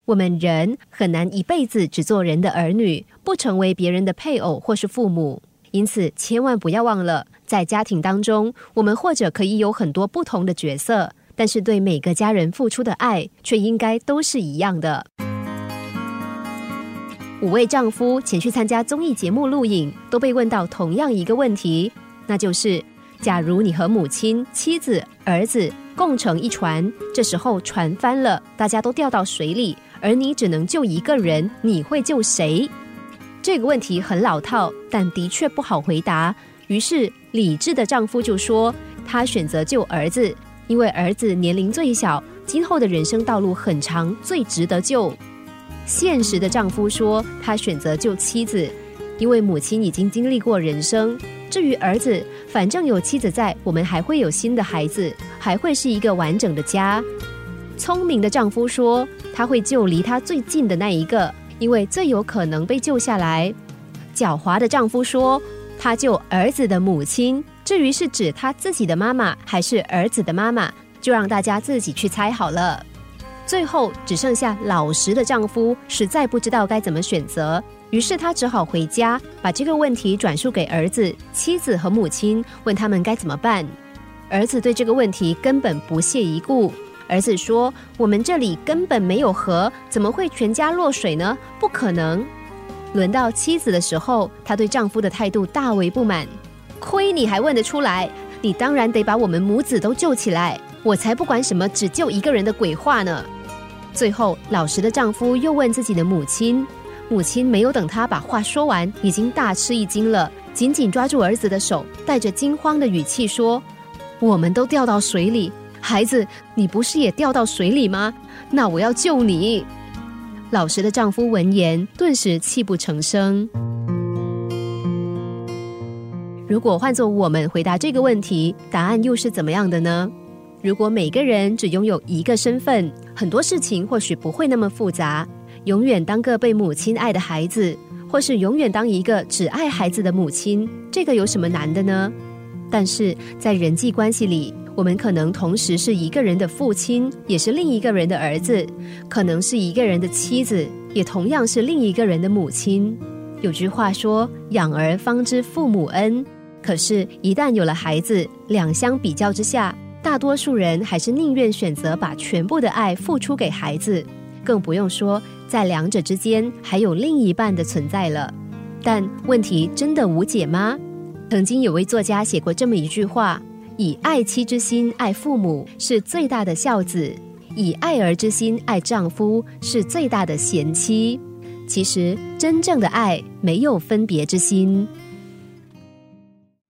我们人很难一辈子只做人的儿女，不成为别人的配偶或是父母。因此千万不要忘了，在家庭当中，我们或者可以有很多不同的角色，但是对每个家人付出的爱却应该都是一样的。5位丈夫前去参加综艺节目录影，都被问到同样一个问题，那就是假如你和母亲、妻子、儿子共乘一船，这时候船翻了，大家都掉到水里，而你只能救一个人，你会救谁？这个问题很老套，但的确不好回答。于是理智的丈夫就说，他选择救儿子，因为儿子年龄最小，今后的人生道路很长，最值得救。现实的丈夫说，他选择救妻子，因为母亲已经经历过人生，至于儿子，反正有妻子在，我们还会有新的孩子，还会是一个完整的家。聪明的丈夫说，他会救离他最近的那一个，因为最有可能被救下来。狡猾的丈夫说，他救儿子的母亲，至于是指他自己的妈妈还是儿子的妈妈，就让大家自己去猜好了。最后只剩下老实的丈夫，实在不知道该怎么选择，于是他只好回家，把这个问题转述给儿子、妻子和母亲，问他们该怎么办。儿子对这个问题根本不屑一顾。儿子说，我们这里根本没有河，怎么会全家落水呢？不可能。轮到妻子的时候，她对丈夫的态度大为不满，亏你还问得出来，你当然得把我们母子都救起来，我才不管什么只救一个人的鬼话呢。最后老实的丈夫又问自己的母亲，母亲没有等他把话说完，已经大吃一惊了，紧紧抓住儿子的手，带着惊慌的语气说，我们都掉到水里，孩子，你不是也掉到水里吗？那我要救你。老实的丈夫闻言，顿时泣不成声。如果换作我们回答这个问题，答案又是怎么样的呢？如果每个人只拥有一个身份，很多事情或许不会那么复杂，永远当个被母亲爱的孩子，或是永远当一个只爱孩子的母亲，这个有什么难的呢？但是在人际关系里，我们可能同时是一个人的父亲，也是另一个人的儿子，可能是一个人的妻子，也同样是另一个人的母亲。有句话说，养儿方知父母恩，可是一旦有了孩子，两相比较之下，大多数人还是宁愿选择把全部的爱付出给孩子，更不用说在两者之间还有另一半的存在了。但问题真的无解吗？曾经有位作家写过这么一句话，以爱妻之心爱父母是最大的孝子，以爱儿之心爱丈夫是最大的贤妻。其实真正的爱没有分别之心，